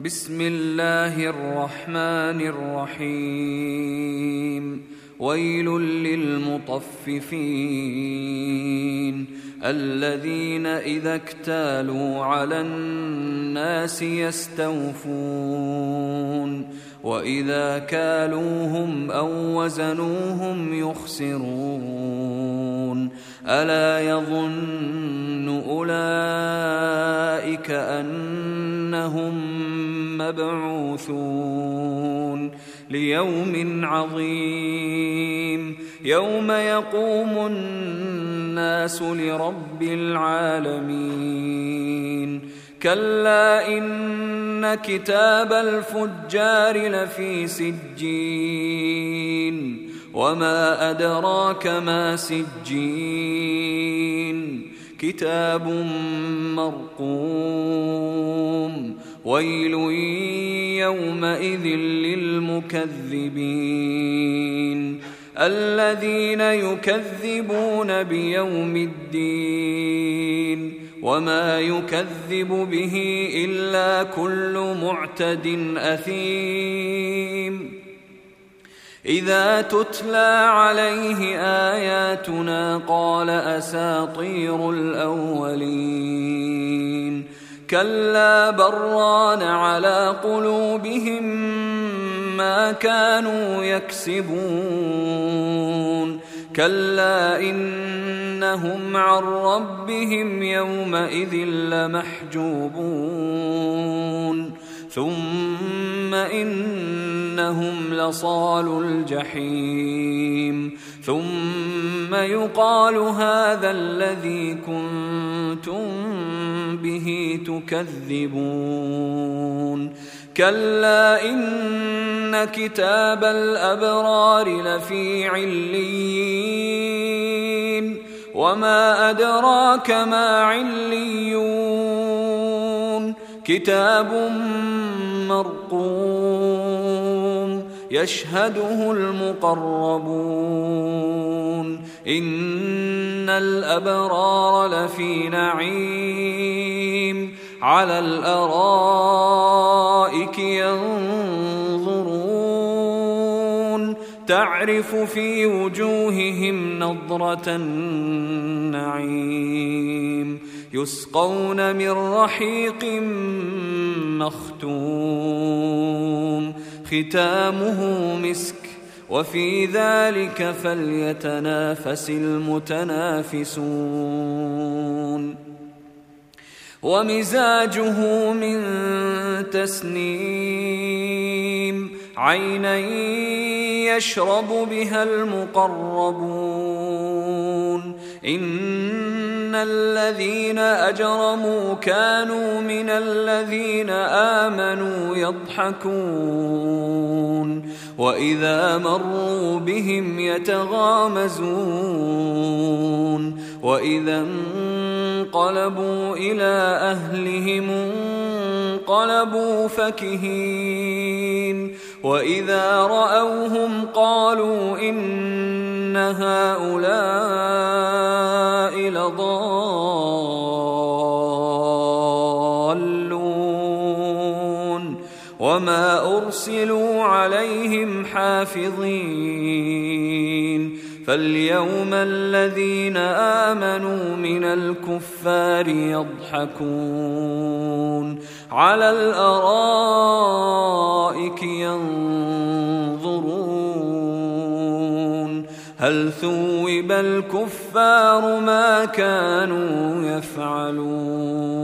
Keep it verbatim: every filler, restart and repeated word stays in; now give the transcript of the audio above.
بسم الله الرحمن الرحيم ويل للمطففين الذين إذا اكتالوا على الناس يستوفون وإذا كالوهم أو وزنوهم يخسرون ألا يظن أولئك أنهم مبعوثون ليوم عظيم يوم يقوم الناس لرب العالمين كلا إن كتاب الفجار لفي سجين وما أدراك ما سجين كتاب مرقوم ويل يومئذ للمكذبين الذين يكذبون بيوم الدين وما يكذب به إلا كل معتد أثيم إذا تتلى عليه آياتنا قال أساطير الأولين كلا بران على قلوبهم ما كانوا يكسبون كلا إنهم عن ربهم يومئذ لمحجوبون ثم إنهم لصالو الجحيم ثم يقال هذا الذي كنتم به تكذبون كلا إن كتاب الأبرار لفي عليين وما أدراك ما عليون كتاب مرقوم يشهده المقربون إن الأبرار لفي نعيم على الأرائك ينظرون تعرف في وجوههم نضرة النعيم يسقون من رحيق مختوم ختامه مسك وفي ذلك فليتنافس المتنافسون ومزاجه من تسنيم عينا يشرب بها المقربون إن الذين أجرموا كانوا من الذين آمنوا يضحكون وإذا مروا بهم يتغامزون وإذا انقلبوا إلى أهلهم انقلبوا فكهين وإذا رأوهم قالوا إن هؤلاء لضالون وما أرسلوا عليهم حافظين فاليوم الذين آمنوا من الكفار يضحكون على الأرائك ينظرون هل ثوب الكفار ما كانوا يفعلون